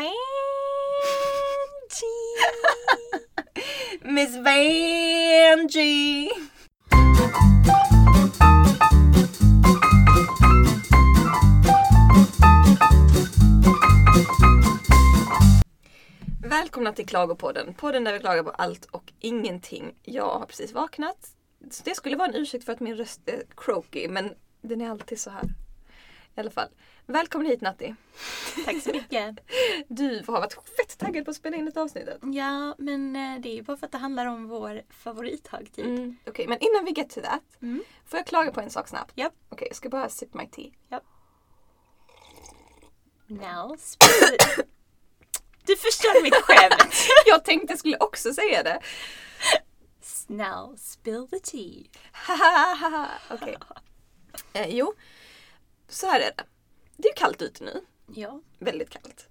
Vanjie. Miss Vanjie. Välkomna till Klagopodden. Podden där vi klagar på allt och ingenting. Jag har precis vaknat. Så det skulle vara en ursäkt för att min röst är croaky, men den är alltid så här. I alla fall. Välkommen hit, Natti. Tack så mycket. Du har varit fett taggad på att spela in ett avsnittet. Ja, men det är ju bara för att det handlar om vår favorithögtid. Okej, men innan vi get to that. Får jag klaga på en sak snabbt? Japp. Okej, jag ska bara sip my tea. Japp. Now, spill it. Du förstör mitt skämt. Jag tänkte jag skulle också säga det. Now, spill the tea. Okej. Jo, så här är det. Det är kallt ute nu. Ja. Väldigt kallt.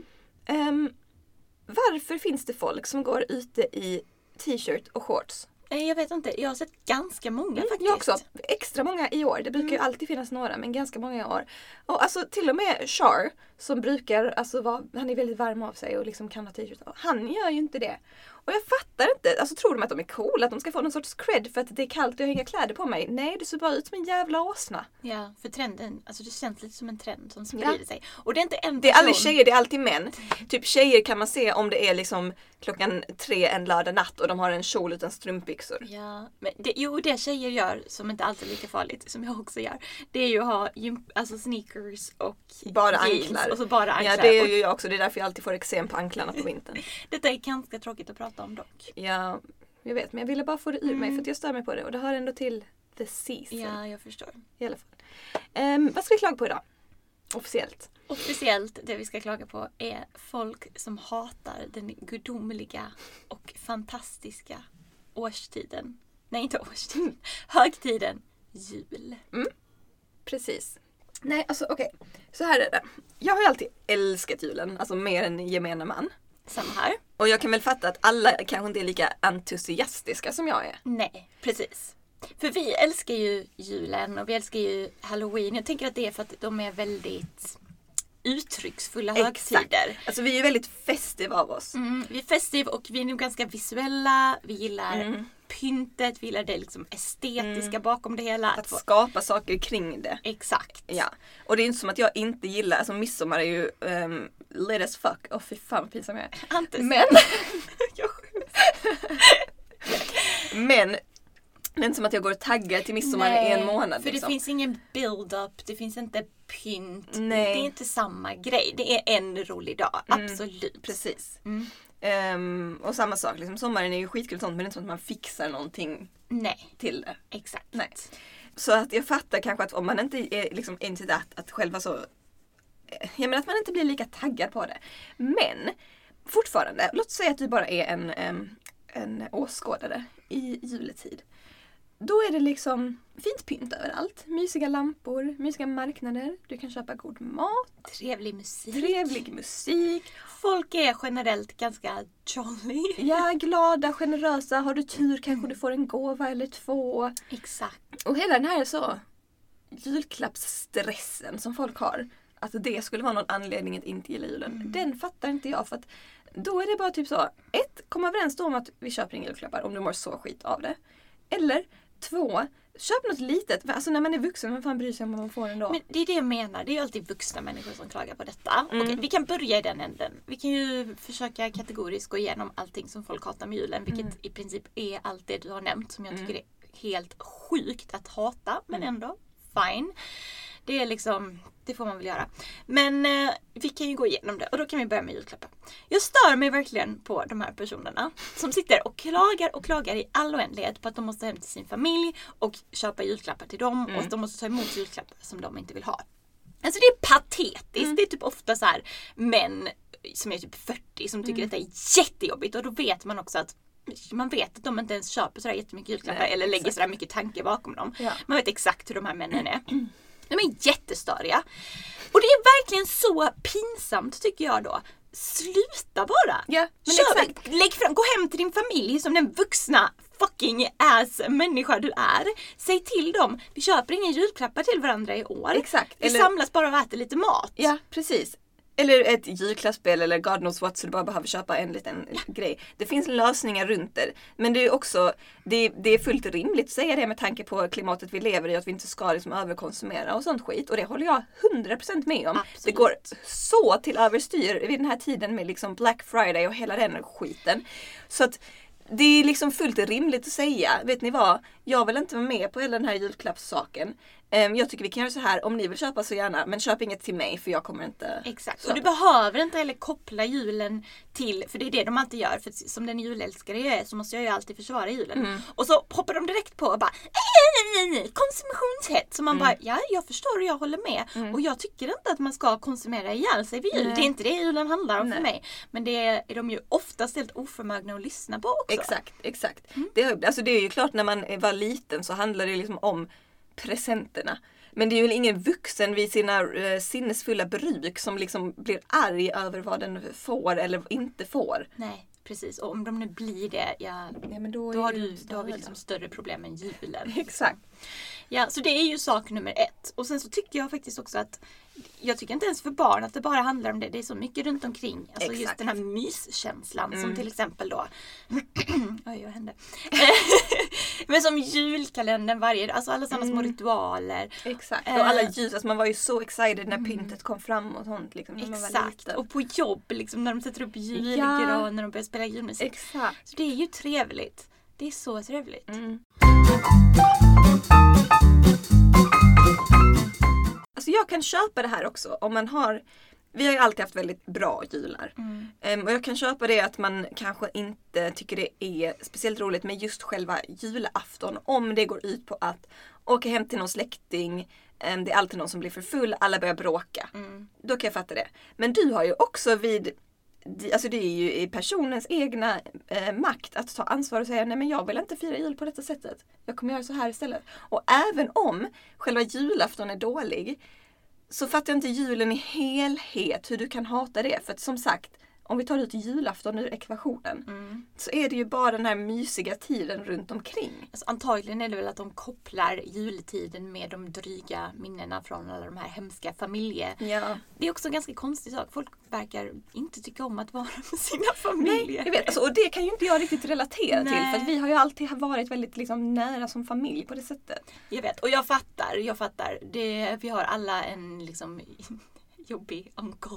Varför finns det folk som går ute i t-shirt och shorts? Jag vet inte, jag har sett ganska många faktiskt. Jag också. Extra många i år. Det brukar ju alltid finnas några, men ganska många i år. Och alltså till och med Char, som brukar, alltså han är väldigt varm av sig och liksom kan ha t-shirt. Han gör ju inte det. Och jag fattar inte, alltså tror de att de är coola, att de ska få någon sorts cred för att det är kallt och jag har inga kläder på mig? Nej, det ser bara ut som en jävla åsna. Ja, för trenden, alltså det känns lite som en trend som sprider sig. Och det är inte en person. Det är aldrig tjejer, det är alltid män. Typ tjejer kan man se om det är liksom 3:00 en lördag natt och de har en kjol utan strumpbyxor. Ja, men det tjejer gör som inte alltid är lika farligt som jag också gör. Det är ju att ha sneakers och bara jeans anklar. Och så bara anklar. Ja, det är ju jag också. Det är därför jag alltid får eksem på anklarna på vintern. Detta är ganska tråkigt att prata om dock. Ja, jag vet. Men jag ville bara få det ur mig för att jag stör mig på det. Och det hör ändå till the season. Ja, jag förstår. I alla fall. Vad ska vi klaga på idag? Officiellt. Officiellt, det vi ska klaga på är folk som hatar den gudomliga och fantastiska årstiden. Nej, inte årstiden. Högtiden jul. Precis. Nej, alltså okej. Så här är det. Jag har ju alltid älskat julen. Alltså mer än gemene man. Samma här. Och jag kan väl fatta att alla kanske inte är lika entusiastiska som jag är. Nej, precis. För vi älskar ju julen och vi älskar ju Halloween. Jag tänker att det är för att de är väldigt uttrycksfulla högtider. Alltså vi är ju väldigt festiva av oss. Vi är festiva och vi är nog ganska visuella. Vi gillar pyntet, vi gillar det liksom estetiska bakom det hela. Att skapa saker kring det. Exakt. Ja. Och det är inte som att jag inte gillar, alltså midsommar är ju lit as fuck. Fy fan vad pinsam jag är. Antes. Men men som att jag går och taggar till midsommar i en månad. För liksom. det finns ingen build-up, det finns inte pynt. Nej. Det är inte samma grej. Det är en rolig dag, absolut. Precis. Och samma sak, liksom, sommaren är ju skitkul och sånt, men det är inte så att man fixar någonting till det. Exakt. Nej. Så att jag fattar kanske att om man inte är liksom into that, att själva så, jag menar att man inte blir lika taggad på det. Men fortfarande, låt säga att du bara är en åskådare i juletid. Då är det liksom fint pynt överallt. Mysiga lampor, mysiga marknader. Du kan köpa god mat. Trevlig musik. Folk är generellt ganska jolly. Ja, glada, generösa. Har du tur kanske du får en gåva eller 2. Exakt. Och hela den här så julklappsstressen som folk har. Att det skulle vara någon anledning att inte gilla julen. Den fattar inte jag, för att då är det bara typ så. 1, kom överens då om att vi köper inga julklappar om du mår så skit av det. Eller 2, köp något litet. Alltså när man är vuxen, man fan bryr sig om vad man får ändå. Men det är det jag menar. Det är ju alltid vuxna människor som klagar på detta. Okej, vi kan börja i den änden. Vi kan ju försöka kategoriskt gå igenom allting som folk hatar med julen. Vilket i princip är allt det du har nämnt, som jag tycker är helt sjukt att hata. Men ändå, fine. Det är liksom, det får man väl göra. Men vi kan ju gå igenom det. Och då kan vi börja med julklappar. Jag stör mig verkligen på de här personerna som sitter och klagar i all oändlighet på att de måste hem till sin familj och köpa julklappar till dem. Och att de måste ta emot julklappar som de inte vill ha. Alltså det är patetiskt. Det är typ ofta så här män som är typ 40 som tycker att det är jättejobbigt. Och då vet man också att man vet att de inte ens köper sådär jättemycket julklappar. Eller lägger sådär mycket tanke bakom dem. Ja. Man vet exakt hur de här männen är. De är jättestöriga. Och det är verkligen så pinsamt tycker jag då. Sluta bara. Ja, men exakt. Lägg fram, gå hem till din familj som den vuxna fucking ass människa du är. Säg till dem, vi köper inga julklappar till varandra i år. Exakt. Vi samlas bara och äter lite mat. Ja, precis. Eller ett julklappsspel eller God knows what, så du bara behöver köpa en liten grej. Det finns lösningar runt det. Men det är också, det är fullt rimligt att säga det med tanke på klimatet vi lever i, att vi inte ska liksom överkonsumera och sånt skit. Och det håller jag 100% med om. Absolut. Det går så till överstyr vid den här tiden med liksom Black Friday och hela den skiten. Så att det är liksom fullt rimligt att säga, vet ni vad? Jag vill inte vara med på hela den här julklappssaken. Jag tycker vi kan göra så här, om ni vill köpa så gärna, men köp inget till mig för jag kommer inte... Exakt, och du behöver inte heller koppla julen till, för det är det de alltid gör, för som den julälskare jag är så måste jag ju alltid försvara julen. Och så hoppar de direkt på och bara konsumtionshets, så man bara, ja jag förstår och jag håller med. Och jag tycker inte att man ska konsumera ihjäl sig vid jul. Det är inte det julen handlar om för mig. Men det är de ju oftast helt oförmögna att lyssna på också. Exakt. Det är ju klart, när man var liten så handlar det liksom om presenterna. Men det är ju ingen vuxen vid sina sinnesfulla bruk som liksom blir arg över vad den får eller inte får. Nej, precis. Och om de nu blir det, men då har vi liksom större problem än julen. Exakt. Ja, så det är ju sak nummer 1. Och sen så tycker jag faktiskt också att jag tycker inte ens för barn att det bara handlar om det. Det är så mycket runt omkring. Alltså just den här myskänslan som till exempel då oj, vad hände? Men som julkalendern alltså alla samma små ritualer. Exakt. Och alla ljus, alltså man var ju så excited när pyntet kom fram och sånt liksom, när man var liten. Och på jobb liksom, när de sätter upp julgran, när de börjar spela julmusik. Exakt. Så det är ju trevligt. Det är så trevligt. Alltså jag kan köpa det här också om man har... Vi har ju alltid haft väldigt bra jular. Och jag kan köpa det att man kanske inte tycker det är speciellt roligt med just själva julafton. Om det går ut på att åka hem till någon släkting. Det är alltid någon som blir för full. Alla börjar bråka. Då kan jag fatta det. Men du har ju också alltså det är ju i personens egna makt att ta ansvar och säga, nej men jag vill inte fira jul på detta sättet. Jag kommer göra så här istället. Och även om själva julafton är dålig, så fattar jag inte julen i helhet hur du kan hata det. För att som sagt, om vi tar ut julafton ur ekvationen så är det ju bara den här mysiga tiden runt omkring. Alltså, antagligen är det väl att de kopplar jultiden med de dryga minnena från alla de här hemska Ja. Det är också en ganska konstig sak. Folk verkar inte tycka om att vara med sina familjer. Nej, jag vet. Alltså, och det kan ju inte jag riktigt relatera till. För att vi har ju alltid varit väldigt liksom, nära som familj på det sättet. Jag vet, och jag fattar. Vi har alla en liksom... jobbig onkel.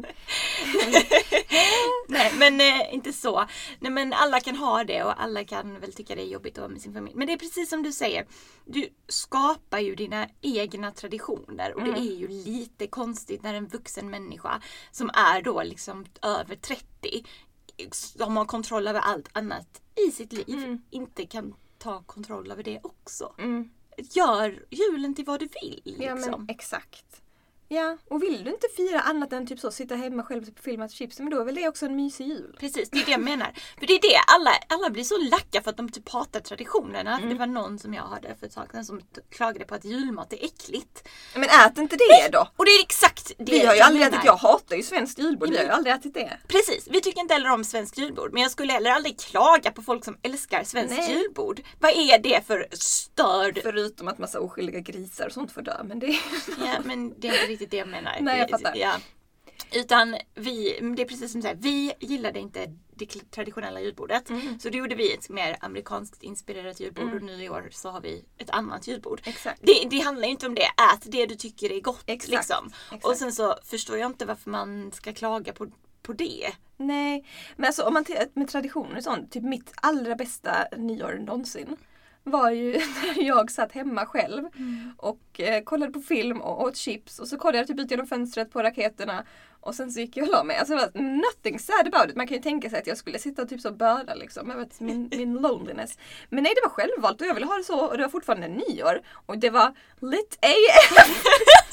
Nej, men inte så. Nej, men alla kan ha det och alla kan väl tycka det är jobbigt att vara med sin familj. Men det är precis som du säger. Du skapar ju dina egna traditioner. Och det är ju lite konstigt när en vuxen människa som är då liksom över 30, som har kontroll över allt annat i sitt liv, inte kan ta kontroll över det också. Gör julen till vad du vill. Liksom. Ja, men exakt. Ja, och vill du inte fira annat än typ så, sitta hemma själv och filma chips, men då är väl det också en mysig jul. Precis, det är det jag menar. För det är det, alla blir så lacka för att de typ hatar traditionerna. Det var någon som jag hörde för ett tag sedan som klagade på att julmat är äckligt. Men ät inte det då! Och det är exakt det vi har ju aldrig ätit, jag hatar ju svenskt julbord, vi har ju aldrig ätit det. Precis, vi tycker inte heller om svenskt julbord. Men jag skulle heller aldrig klaga på folk som älskar svenskt julbord. Vad är det för störd? Förutom att massa oskyldiga grisar och sånt får dö, men det... Ja, men det är inte riktigt det jag menar. Nej, jag fattar. Ja. Utan det är precis som du säger, vi gillade inte det traditionella julbordet. Så då gjorde vi ett mer amerikanskt inspirerat julbord och nu i år så har vi ett annat julbord. Exakt. Det handlar inte om det, ät det du tycker är gott. Exakt. Liksom. Exakt. Och sen så förstår jag inte varför man ska klaga på det. Nej, men alltså om man tittar med traditioner och sånt, typ mitt allra bästa nyår någonsin var ju när jag satt hemma själv och kollade på film och åt chips och så kollade jag typ ut genom fönstret på raketerna och sen så gick jag och la mig. Alltså det var nothing sad about it. Man kan ju tänka sig att jag skulle sitta och typ så böla liksom över min loneliness. Men nej, det var självvalt och jag ville ha det så och det var fortfarande nyår och det var lit AF.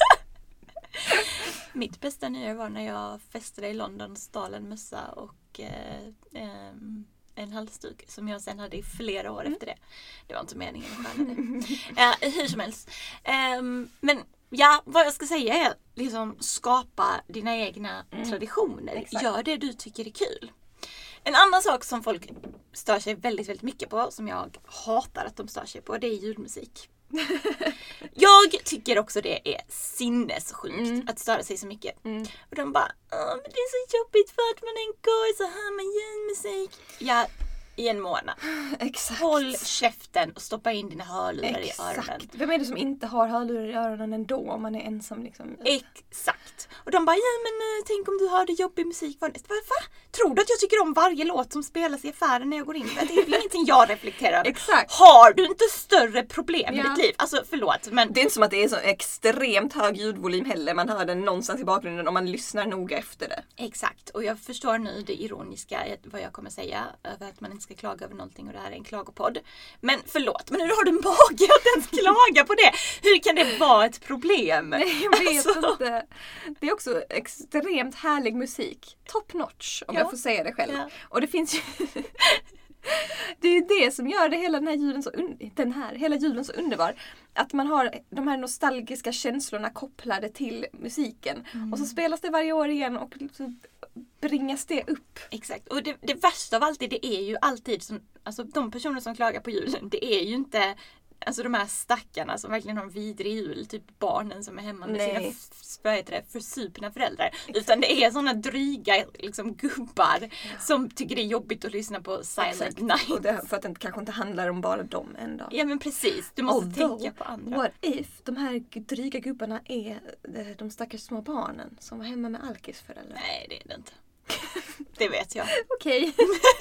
Mitt bästa nyår var när jag festade i London, stal en mössa och en halsduk som jag sen hade i flera år efter det. Det var inte meningen att stjäla det. Hur som helst. Men ja, vad jag ska säga är liksom skapa dina egna traditioner. Exakt. Gör det du tycker är kul. En annan sak som folk stör sig väldigt, väldigt mycket på, som jag hatar att de stör sig på, det är julmusik. Jag tycker också det är sinnessjukt att störa sig så mycket. Och de bara, men det är så jobbigt för att man än går så hör man julmusik. Ja, i en månad. Exakt. Håll käften och stoppa in dina hörlurar i öronen. Vem är det som inte har hörlurar i öronen ändå om man är ensam liksom? Exakt. Och de bara, ja men tänk om du hörde jobbig musik. Va? Tror du att jag tycker om varje låt som spelas i affären när jag går in? Det är väl ingenting jag reflekterar över. Exakt. Har du inte större problem i ditt liv? Alltså förlåt. Men det är inte som att det är så extremt hög ljudvolym heller. Man hör den någonstans i bakgrunden om man lyssnar noga efter det. Exakt. Och jag förstår nu det ironiska i vad jag kommer säga. Över att man inte ska klaga över någonting och det här är en klagopodd. Men förlåt, men hur har du mage att ens klaga på det? Hur kan det vara ett problem? Nej, jag vet inte. Det är också extremt härlig musik. Top notch, om jag får säga det själv. Ja. Och det finns ju... det är ju det som gör det hela hela julen så underbar. Att man har de här nostalgiska känslorna kopplade till musiken. Och så spelas det varje år igen och så bringas det upp. Exakt. Och det värsta av allt det är ju alltid som, alltså de personer som klagar på julen, det är ju inte alltså de här stackarna som verkligen har en vidrig jul, typ barnen som är hemma med sina försupna föräldrar. Utan det är såna dryga liksom, gubbar som tycker det är jobbigt att lyssna på Silent Night. Och det, för att det kanske inte handlar om bara dem ändå. Ja men precis, du måste tänka på andra. What if de här dryga gubbarna är de stackars små barnen som var hemma med alkisföräldrar? Nej, det är det inte. Det vet jag. Okej.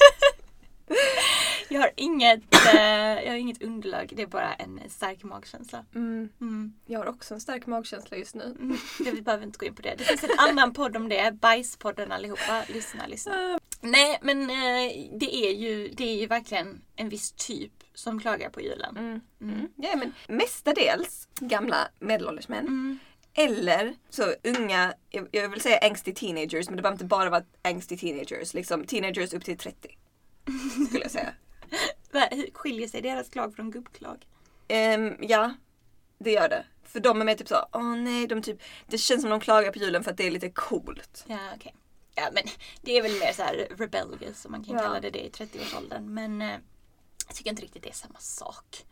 Jag har inget underlag, det är bara en stark magkänsla. Jag har också en stark magkänsla just nu. Vi behöver inte gå in på det. Det finns en annan podd om det, Bajspodden allihopa. Lyssna. Nej, men det är ju verkligen en viss typ som klagar på julen. Ja, men mestadels gamla medelålders män. Eller så unga, jag vill säga angsty teenagers, men det behöver inte bara vara angsty teenagers. Liksom teenagers upp till 30. Skulle jag säga. Hur skiljer sig deras klag från gubbklag? Ja, det gör det. För de är med typ så, det känns som de klagar på julen för att det är lite coolt. Ja, okej. Ja, men det är väl mer så här rebellious, som man kan kalla det i 30-årsåldern. Men jag tycker inte riktigt det är samma sak.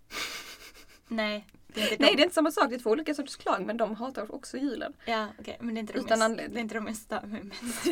Nej. Det är inte samma sak. Det är två olika sorters klag, men de hatar också julen. Ja, okej. Men det är inte utan anledning. Det är inte de jag stör mig mest.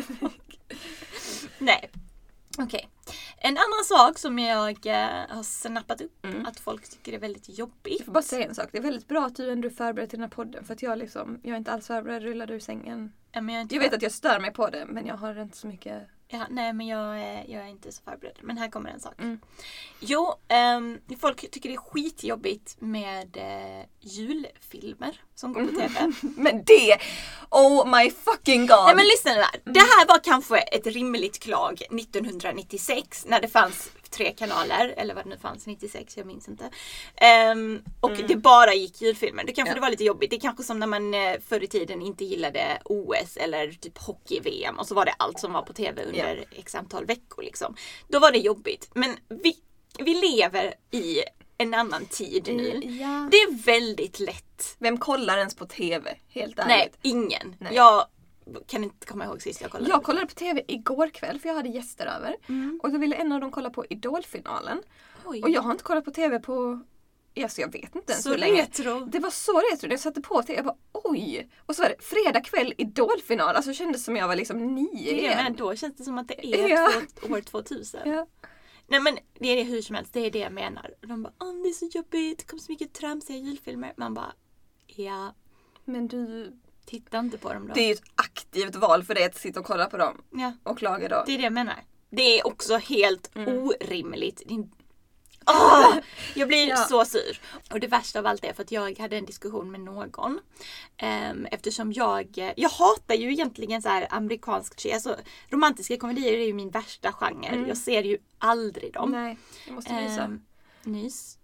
Nej. Okej. En annan sak som jag har snappat upp att folk tycker är väldigt jobbigt. Jag får bara säga en sak. Det är väldigt bra att du ändå är förberedd till den här podden. För att jag är inte alls förberedd. Rullade ur sängen. Ja, men jag vet att jag stör mig på det, men jag har inte så mycket... Ja, nej, men jag är inte så förberedd. Men här kommer en sak. Jo, folk tycker det är skitjobbigt med julfilmer som går på tv. Men det! Oh my fucking god! Nej, men lyssna där. Det här var kanske ett rimligt klag 1996 när det fanns 3 kanaler. Eller vad det nu fanns, 96, jag minns inte. Och det bara gick julfilmer. Det kanske det var lite jobbigt. Det är kanske som när man förr i tiden inte gillade OS eller typ hockey-VM. Och så var det allt som var på tv under x antal veckor liksom. Då var det jobbigt. Men vi lever i en annan tid nu. Ja. Det är väldigt lätt. Vem kollar ens på tv? Helt ärligt. Nej, ingen. Nej. Jag kan inte komma ihåg sist jag kollade. Jag kollade på tv igår kväll för jag hade gäster över. Och då ville en av dem kolla på Idolfinalen. Oj. Och jag har inte kollat på tv på... Alltså jag vet inte ens så hur länge. Retro. Det var så retro. Jag satte på tv. Jag bara oj. Och så var det fredag kväll Idolfinal. Alltså det kändes som jag var liksom 9 igen. Men då känns det som att det är år 2000. Ja. Nej, men det är hur som helst. Det är det jag menar. De bara, det är så jobbigt. Det kommer så mycket tramsiga julfilmer. Man bara, ja. Men du... Titta inte på dem då. Det är ju ett aktivt val för dig att sitta och kolla på dem. Ja. Och klaga då. Det är det jag menar. Det är också helt orimligt. Jag blir så sur. Och det värsta av allt är för att jag hade en diskussion med någon. Eftersom jag hatar ju egentligen så här amerikansk alltså romantiska komedier är ju min värsta genre. Jag ser ju aldrig dem. Nej, jag måste nysa. Nys.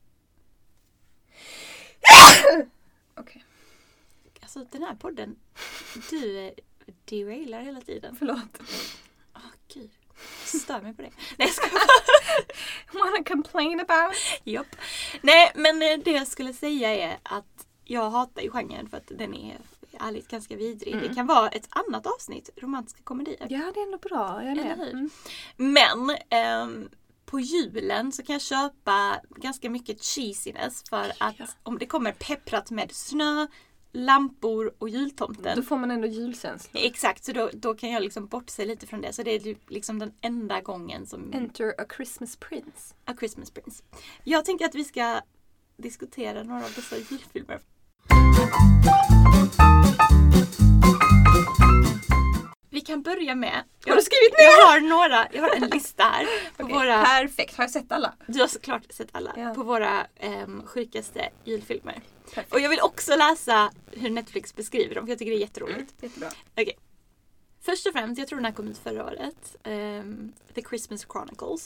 Okej. Alltså den här podden, du derailar hela tiden. Förlåt. Gud. Stör mig på det. Nej, jag ska wanna complain about? Japp. Nej, men det jag skulle säga är att jag hatar ju genren för att den är ärligt ganska vidrig. Det kan vara ett annat avsnitt, romantiska komedier. Ja, det är ändå bra. Jag är med. Men på julen så kan jag köpa ganska mycket cheesiness för att om det kommer pepprat med snö, lampor och jultomten. Då får man ändå julkänsla. Exakt, så då kan jag liksom bortse lite från det. Så det är liksom den enda gången som... Enter a Christmas Prince. A Christmas Prince. Jag tänker att vi ska diskutera några av dessa julfilmer. Vi kan börja med... Har du skrivit ner? Jag har en lista här. På våra, perfekt, har jag sett alla? du har såklart sett alla. Ja. På våra sjukaste julfilmer. Perfekt. Och jag vill också läsa hur Netflix beskriver dem, för jag tycker det är jätteroligt. Jättebra. Okej. Först och främst, jag tror den här kom ut förra året. The Christmas Chronicles.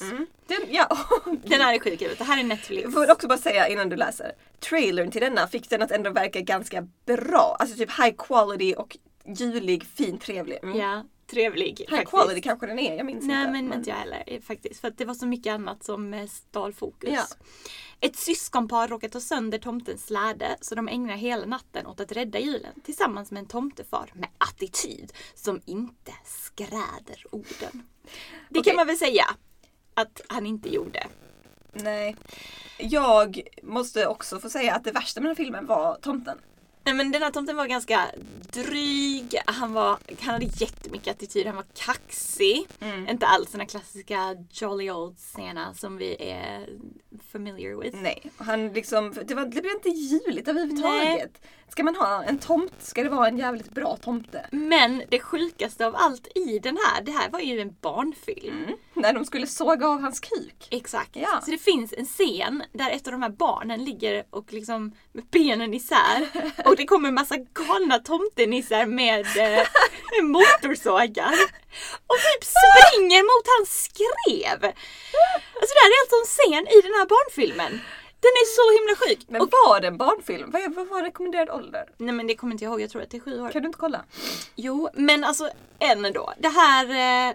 Den här är skitkul. Det här är Netflix. Jag får också bara säga innan du läser. Trailern till denna fick den att ändå verka ganska bra. Alltså typ high quality och julig, fin, trevlig. Ja, trevlig. High faktiskt. quality kanske den är, jag minns Nej, inte. men inte jag heller faktiskt. För att det var så mycket annat som stal fokus. Ja. Ett syskonpar råkar ta sönder tomtens släde så de ägnar hela natten åt att rädda julen tillsammans med en tomtefar med attityd som inte skräder orden. Det kan man väl säga att han inte gjorde. Nej. Jag måste också få säga att det värsta med den här filmen var tomten. Nej, men den här tomten var ganska dryg. Han hade jättemycket attityd. Han var kaxig. Inte alls den här klassiska jolly old scena som vi är familiar with. Nej, han liksom, det blev inte juligt överhuvudtaget. Nej. Ska man ha en tomt, ska det vara en jävligt bra tomte. Men det sjukaste av allt i det här var ju en barnfilm. När de skulle såga av hans kuk. Exakt. Ja. Så det finns en scen där ett av de här barnen ligger och liksom med benen isär. Och det kommer en massa galna tomtenissar med motorsågar. Och typ springer mot hans skrev. Alltså det här är alltså en scen i den här barnfilmen. Den är så himla sjuk. Men var det en barnfilm? Vad var rekommenderad ålder? Nej, men det kommer inte jag ihåg. Jag tror att det är 7 år. Kan du inte kolla? Jo, men alltså ändå. Det här,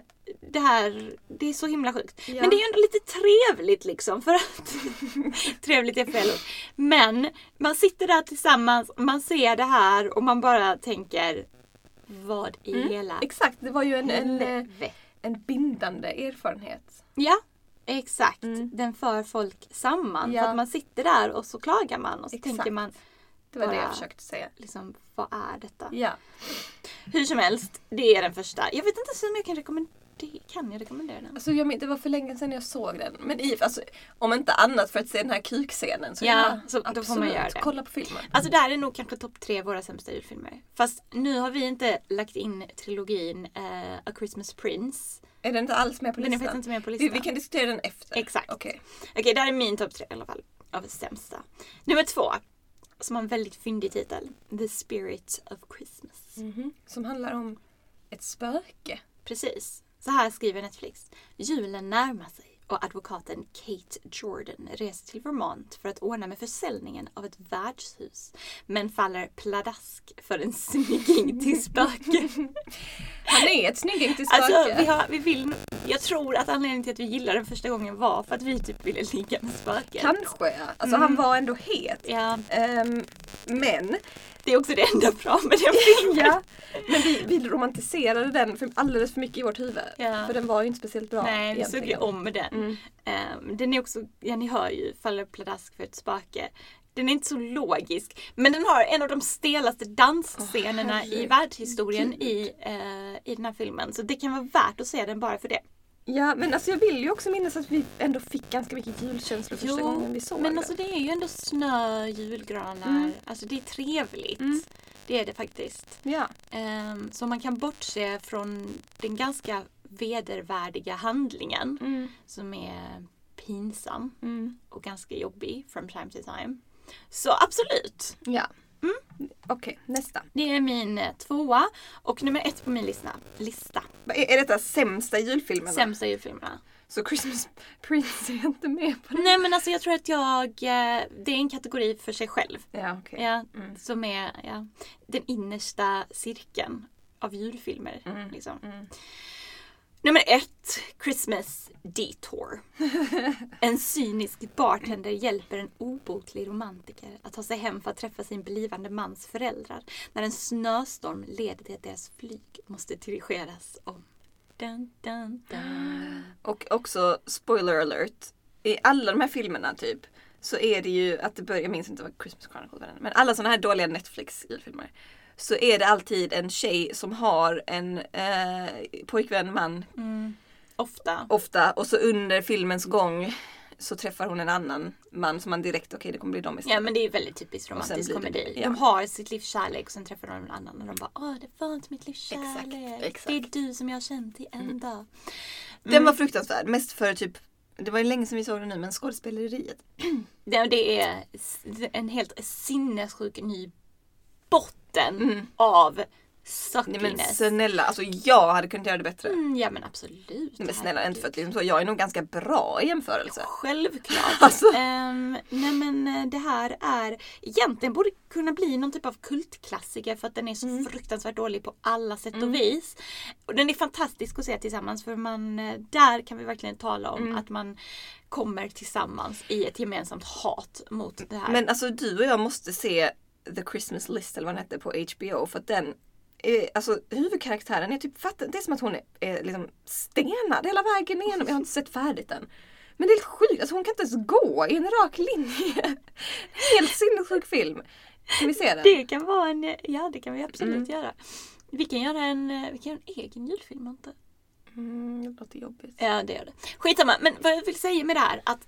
det är så himla sjukt. Ja. Men det är ju ändå lite trevligt liksom. För att trevligt är fel ord. Men man sitter där tillsammans, man ser det här och man bara tänker, vad i hela... Exakt, det var ju en helvete. bindande erfarenhet. Ja, exakt. Den för folk samman. Ja. För att man sitter där och så klagar man och så Exakt. tänker man, Det var bara, det jag försökte säga. liksom, vad är detta? Ja. Hur som helst, det är den första. Jag vet inte om jag kan rekommendera den. Alltså det var för länge sedan jag såg den. Men om inte annat för att se den här kukscenen så så då får man göra det. Kolla på filmen. Alltså det här är nog kanske topp 3 våra sämsta julfilmer. Fast nu har vi inte lagt in trilogin A Christmas Prince. Är den inte alls med på listan? Den är faktiskt inte med på listan. Vi kan diskutera den efter. Exakt. Okej, det här är min topp 3 i alla fall. Av sämsta. Nummer 2. Som har en väldigt fyndig titel. The Spirit of Christmas. Som handlar om ett spöke. Precis. Så här skriver Netflix. Julen närmar sig och advokaten Kate Jordan reser till Vermont för att ordna med försäljningen av ett värdshus. Men faller pladask för en snygging till spöke. Han är ett snygging till spöke. Alltså, jag tror att anledningen till att vi gillade den första gången var för att vi typ ville ligga med spöket. Kanske, ja. Alltså han var ändå het. Ja. Men det är också det enda bra med den filmen. Ja, men vi romantiserade den alldeles för mycket i vårt huvud. Ja. För den var ju inte speciellt bra. Nej, vi såg ju om med den. Den är också, ni hör ju, faller pladask för ett spöke. Den är inte så logisk. Men den har en av de stelaste dansscenerna i världshistorien i den här filmen. Så det kan vara värt att se den bara för det. Ja, men alltså jag vill ju också minnas att vi ändå fick ganska mycket julkänslor första gången vi såg men det. alltså det är ju ändå snö, julgranar. Alltså det är trevligt. Det är det faktiskt. Ja. Så man kan bortse från den ganska vedervärdiga handlingen som är pinsam och ganska jobbig from time to time. Så absolut. Ja. Okej, nästa. Det är min 2 och nummer 1 på min lista. Är detta sämsta julfilmerna? Sämsta julfilmerna. Så Christmas Prince är inte med på det? Nej, men alltså jag tror att det är en kategori för sig själv. Ja, okej. Ja, som är den innersta cirkeln av julfilmer. Liksom. Nummer 1, Christmas Detour. En cynisk bartender hjälper en obotlig romantiker att ta sig hem för att träffa sin blivande mans föräldrar när en snöstorm leder till att deras flyg måste dirigeras om. Dun, dun, dun. Och också, spoiler alert, i alla de här filmerna typ, så är det ju att det börjar, jag minns inte vad Christmas Chronicles var, men alla sådana här dåliga Netflix-julfilmer, så är det alltid en tjej som har en pojkvän, man. Ofta. Och så under filmens gång så träffar hon en annan man som man direkt, okej, det kommer bli dem istället. Ja, men det är väldigt typiskt romantisk komedi. Ja. De har sitt livs kärlek och sen träffar de en annan och de bara, det var inte mitt livs kärlek. Exakt. Det är du som jag har känt i en dag. Den var fruktansvärd. Mest för typ, det var ju länge sedan vi såg den nu, men skådespeleriet. Det är en helt sinnessjuk ny botten av suckiness. Nej, men snälla, alltså jag hade kunnat göra det bättre. Ja, men absolut. Nej, men snälla, inte för att liksom så, jag är nog ganska bra i jämförelse. Självklart. Alltså. Nej, men det här är egentligen borde kunna bli någon typ av kultklassiker för att den är så fruktansvärt dålig på alla sätt och vis. Och den är fantastisk att se tillsammans för där kan vi verkligen tala om att man kommer tillsammans i ett gemensamt hat mot det här. Men alltså du och jag måste se The Christmas List eller vad den heter på HBO, för att den alltså huvudkaraktären är typ, det är som att hon är liksom stenad hela vägen igenom. Jag har inte sett färdigt än. Men det är helt sjukt, alltså hon kan inte ens gå i en rak linje. Helt sinnessjuk film. Kan vi se den? Det kan vara det kan vi absolut göra. Vi kan göra en egen julfilm, inte? Det låter jobbigt. Ja, det gör det. Skitsamma, men vad jag vill säga med det här att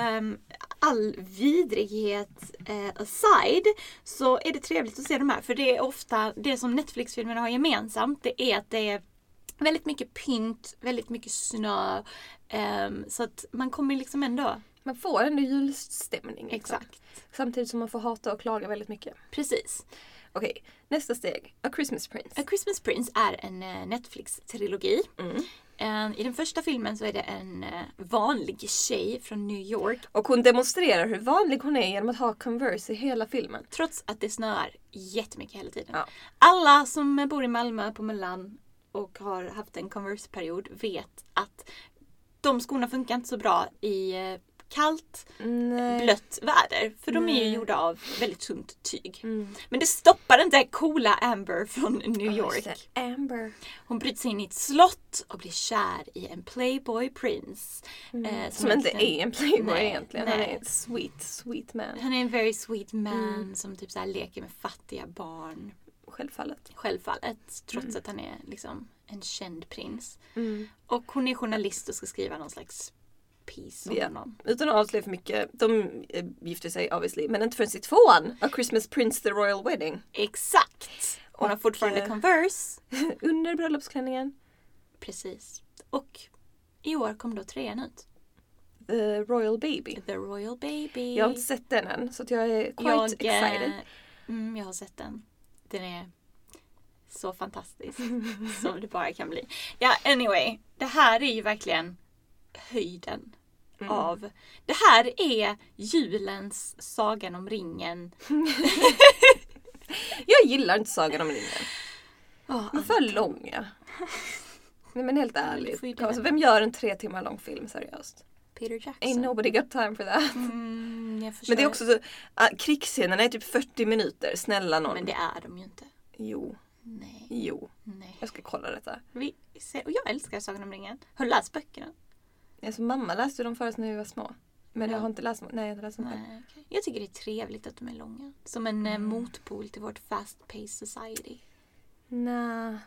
all vidrighet aside så är det trevligt att se de här. För det är ofta det som Netflix-filmerna har gemensamt. Det är att det är väldigt mycket pynt, väldigt mycket snö. Så att man kommer liksom ändå... Man får ändå julstämning. Exakt. Samtidigt som man får hata och klaga väldigt mycket. Precis. Okej, nästa steg. A Christmas Prince. A Christmas Prince är en Netflix-trilogi. I den första filmen så är det en vanlig tjej från New York. Och hon demonstrerar hur vanlig hon är genom att ha Converse i hela filmen. Trots att det snöar jättemycket hela tiden. Ja. Alla som bor i Malmö på Möllan och har haft en Converse-period vet att de skorna funkar inte så bra i kallt, blött väder. För de är ju gjorda av väldigt tunt tyg. Men det stoppar inte coola Amber från New York. Amber. Hon bryter sig in i ett slott och blir kär i en playboy prince. Som inte är en playboy egentligen. Nej. Han är en sweet man. Han är en very sweet man som typ så här leker med fattiga barn. Självfallet. Trots att han är liksom en känd prins. Och hon är journalist och ska skriva någon slags piece om honom. Utan att avslöja för mycket. De gifter sig obviously. Men inte förrän i tvåan. A Christmas Prince, The Royal Wedding. Exakt. Hon har fortfarande Converse. Under bröllopsklänningen. Precis. Och i år kom då 3:an ut. The Royal Baby. The Royal Baby. Jag har inte sett den än. Så att jag är quite excited. Jag har sett den. Den är så fantastisk. Som det bara kan bli. Ja, anyway. Det här är ju verkligen höjden av... Det här är julens Sagan om ringen. Jag gillar inte Sagan om ringen. De är för långa. Nej, men helt ärligt. Alltså, vem gör en 3 timmar lång film seriöst? Peter Jackson. Ain't nobody got time for that. Men det är också så... krigsscenerna är typ 40 minuter. Snälla någon. Men det är de ju inte. Jo. Nej. Jo. Nej. Jag ska kolla detta. Och jag älskar Sagan om ringen. Har du läst böckerna? Alltså, mamma läste dem förut när vi var små. Men jag har inte läst dem. Nej, jag har inte läst dem själv. Okay. Jag tycker det är trevligt att de är långa. Som en motpol till vårt fast-paced society. Nej.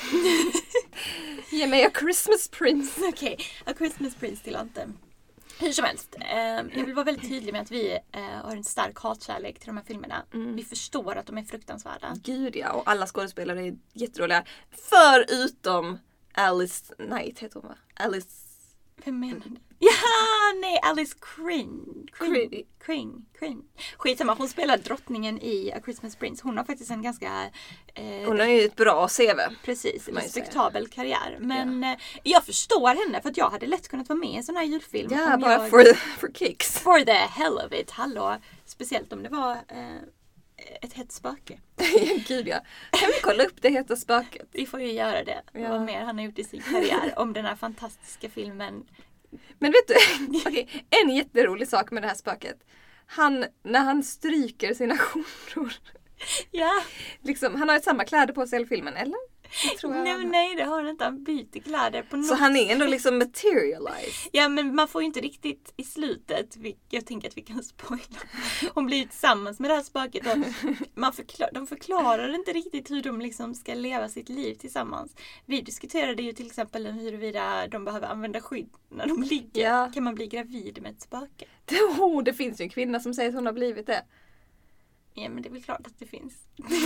Ge mig A Christmas Prince. Okej, A Christmas Prince till inte. Hur som helst. Jag vill vara väldigt tydlig med att vi har en stark hatkärlek till de här filmerna. Vi förstår att de är fruktansvärda. Gud ja, och alla skådespelare är jätteroliga. Förutom Alice Knight heter hon, va? Alice... Vem menar du? Ja, nej, Alice Kring. Skitsamma, hon spelar drottningen i A Christmas Prince. Hon har faktiskt en ganska... hon har ju ett bra CV. Precis, en respektabel karriär. Men jag förstår henne för att jag hade lätt kunnat vara med i en sån här julfilm. Ja, bara for kicks. For the hell of it, hallå. Speciellt om det var... ett hett spöke. Gud ja. Kan vi kolla upp det heta spöket? Vi får ju göra det. Ja. Vad mer han har gjort i sin karriär om den här fantastiska filmen. Men vet du, okej, en jätterolig sak med det här spöket. När han stryker sina skjortor. Ja. Liksom, han har ju samma kläder på sig i filmen, eller? Det tror jag. Nej, det har han inte. Han byter kläder på något. Så han är ändå liksom materialized. Ja, men man får ju inte riktigt i slutet. Jag tänker att vi kan spoila. Hon blir tillsammans med det här spöket. Och de förklarar inte riktigt hur de liksom ska leva sitt liv tillsammans. Vi diskuterade ju till exempel huruvida de behöver använda skydd när de ligger. Ja. Kan man bli gravid med ett spöke? Det finns ju en kvinna som säger att hon har blivit det. Ja, men det är väl klart att det finns.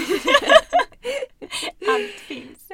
Allt finns.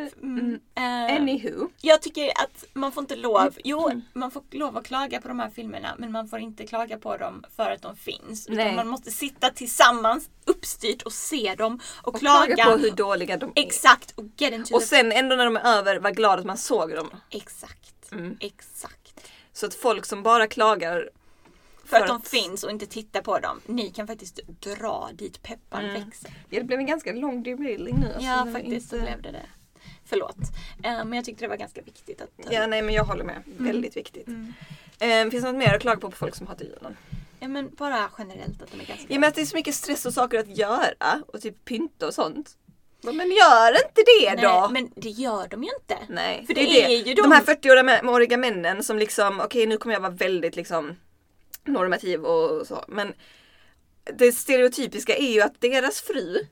Anywho. Jag tycker att man får inte lov. Jo, man får lov att klaga på de här filmerna. Men man får inte klaga på dem för att de finns. Utan man måste sitta tillsammans uppstyrt och se dem. Och klaga på hur dåliga de är. Exakt. Och sen ändå när de är över, var glad att man såg dem. Exakt. Exakt. Så att folk som bara klagar för att de finns och inte tittar på dem. Ni kan faktiskt dra dit peppan växer. Ja, det blev en ganska lång derailing nu. Alltså, ja, faktiskt så blev det. Förlåt. Men jag tyckte det var ganska viktigt att ja, nej, men jag håller med. Väldigt viktigt. Finns det något mer att klaga på folk som hatar julen? Ja, men bara generellt att de är ganska... Ja, men att det är så mycket stress och saker att göra. Och typ pynta och sånt. Men gör inte det då! Nej, men det gör de ju inte. Nej, för det är ju de här 40-åriga männen som liksom, okej, nu kommer jag vara väldigt liksom normativ och så. Men det stereotypiska är ju att deras fru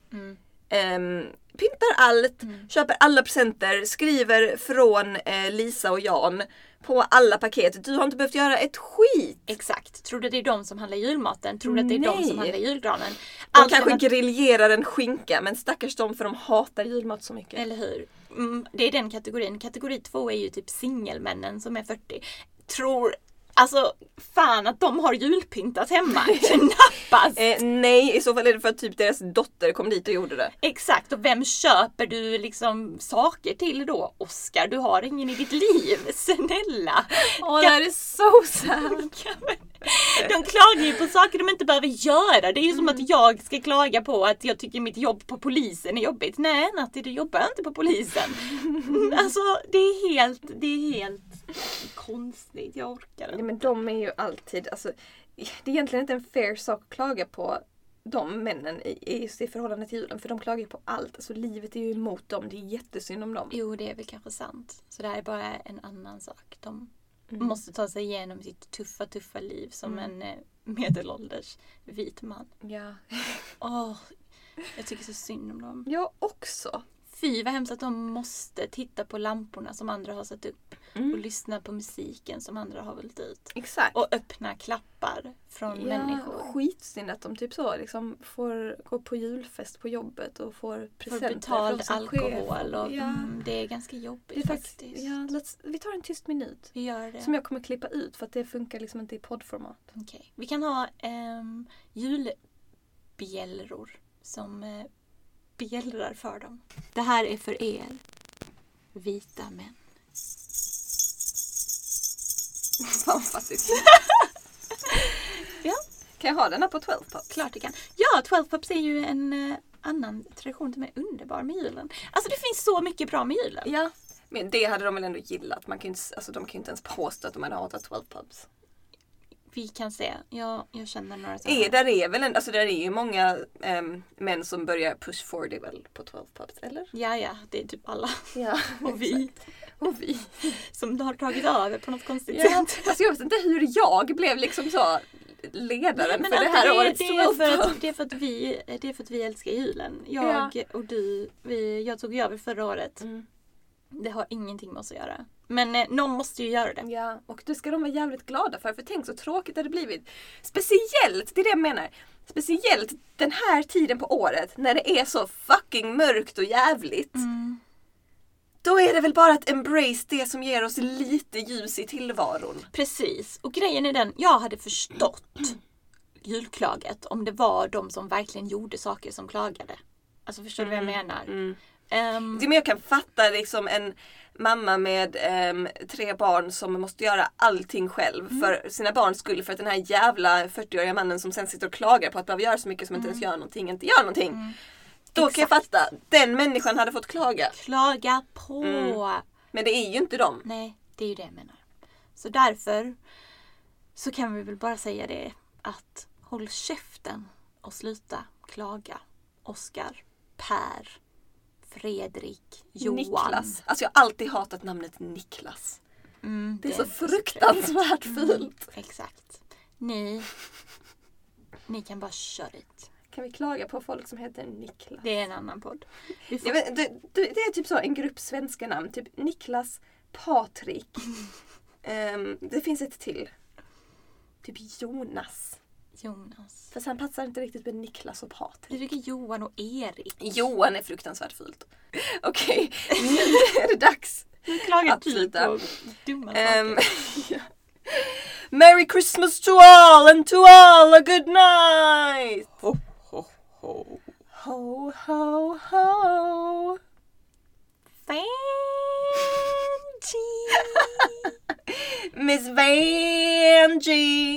pyntar allt, köper alla presenter, skriver från Lisa och Jan på alla paket. Du har inte behövt göra ett skit. Exakt. Tror du det är de som handlar julmaten? Tror du att det är de som handlar julgranen? De kanske griljerar en skinka, men stackars dem för de hatar julmat så mycket. Eller hur? Det är den kategorin. Kategori 2 är ju typ singelmännen som är 40. Alltså, fan att de har julpyntat hemma. Knappast. Nej, i så fall är det för att typ deras dotter kom dit och gjorde det. Exakt, och vem köper du liksom saker till då? Oscar, du har ingen i ditt liv. Snälla. Det här är så sad. De klagar ju på saker de inte behöver göra. Det är ju som att jag ska klaga på att jag tycker mitt jobb på polisen är jobbigt. Nej, Natti, du jobbar inte på polisen. Alltså, det är helt konstigt. Jag orkar inte. Ja, men de är ju alltid, alltså, det är egentligen inte en fair sak att klaga på de männen i just i förhållande till julen. För de klagar ju på allt. Alltså, livet är ju emot dem. Det är jättesynd om dem. Jo, det är väl kanske sant. Så det här är bara en annan sak. De måste ta sig igenom sitt tuffa liv som en medelålders vit man. Ja. Jag tycker så synd om dem. Jag också. Fy vad hemskt att de måste titta på lamporna som andra har satt upp. Och lyssna på musiken som andra har valt ut. Exakt. Och öppna klappar från människor. Skitsynd att de typ så liksom får gå på julfest på jobbet och får presenter. Får betald alkohol. Och, det är ganska jobbigt faktiskt. Ja, vi tar en tyst minut. Vi gör det. Som jag kommer klippa ut för att det funkar liksom inte i poddformat. Okej. Vi kan ha julbjällror som bjällrar för dem. Det här är för er, vita män. Fan fattigt. Ja. Kan jag ha den här på 12 Pops? Klart det kan. Ja, 12 Pops är ju en annan tradition som är underbar med julen. Alltså det finns så mycket bra med julen. Ja, men det hade de väl ändå gillat. Man kan inte, alltså, de kan ju inte ens påstå att de hade hatat 12 Pops. Vi kan se. Jag känner några där är ju många män som börjar push for det väl på 12 Pops, eller? Ja, det är typ alla. Ja, och vi. Och vi. Som har tagit över på något konstigt sätt. Alltså jag vet inte hur jag blev liksom så ledaren för det här årets 12 Pops. Det är för att vi älskar julen. Jag och du, jag tog över förra året. Det har ingenting med oss att göra. Men någon måste ju göra det. Ja, och det ska de vara jävligt glada för tänk så tråkigt det hade blivit. Speciellt, det är det jag menar. Speciellt den här tiden på året när det är så fucking mörkt och jävligt. Då är det väl bara att embrace det som ger oss lite ljus i tillvaron. Precis, och grejen är den, jag hade förstått julklaget om det var de som verkligen gjorde saker som klagade. Alltså förstår du vad jag menar? Men jag kan fatta liksom en mamma med 3 barn som måste göra allting själv för sina barns skull, för att den här jävla 40-åriga mannen som sen sitter och klagar på att behöva göra så mycket som inte ens gör någonting, inte gör någonting. Då kan jag fatta, den människan hade fått klaga. Klaga på. Men det är ju inte dem. Nej, det är ju det jag menar. Så därför så kan vi väl bara säga det, att håll käften och sluta klaga. Oscar, Per, Fredrik, Johan. Niklas. Alltså jag har alltid hatat namnet Niklas. Det är så fruktansvärt fult. Exakt. Ni kan bara köra dit. Kan vi klaga på folk som heter Niklas? Det är en annan podd. Jag vet, det är typ så en grupp svenska namn. Typ Niklas, Patrik. Det finns ett till. Typ Jonas. Fast han passar inte riktigt med Niklas och Patrik. Du tycker Johan och Erik. Johan är fruktansvärt fult. Okej, nu är det dags. Nu klagar att sluta. på dumma saker. Ja. Merry Christmas to all and to all a good night. Ho, ho, ho. Ho, ho, ho. Vanjie. Miss Vanjie.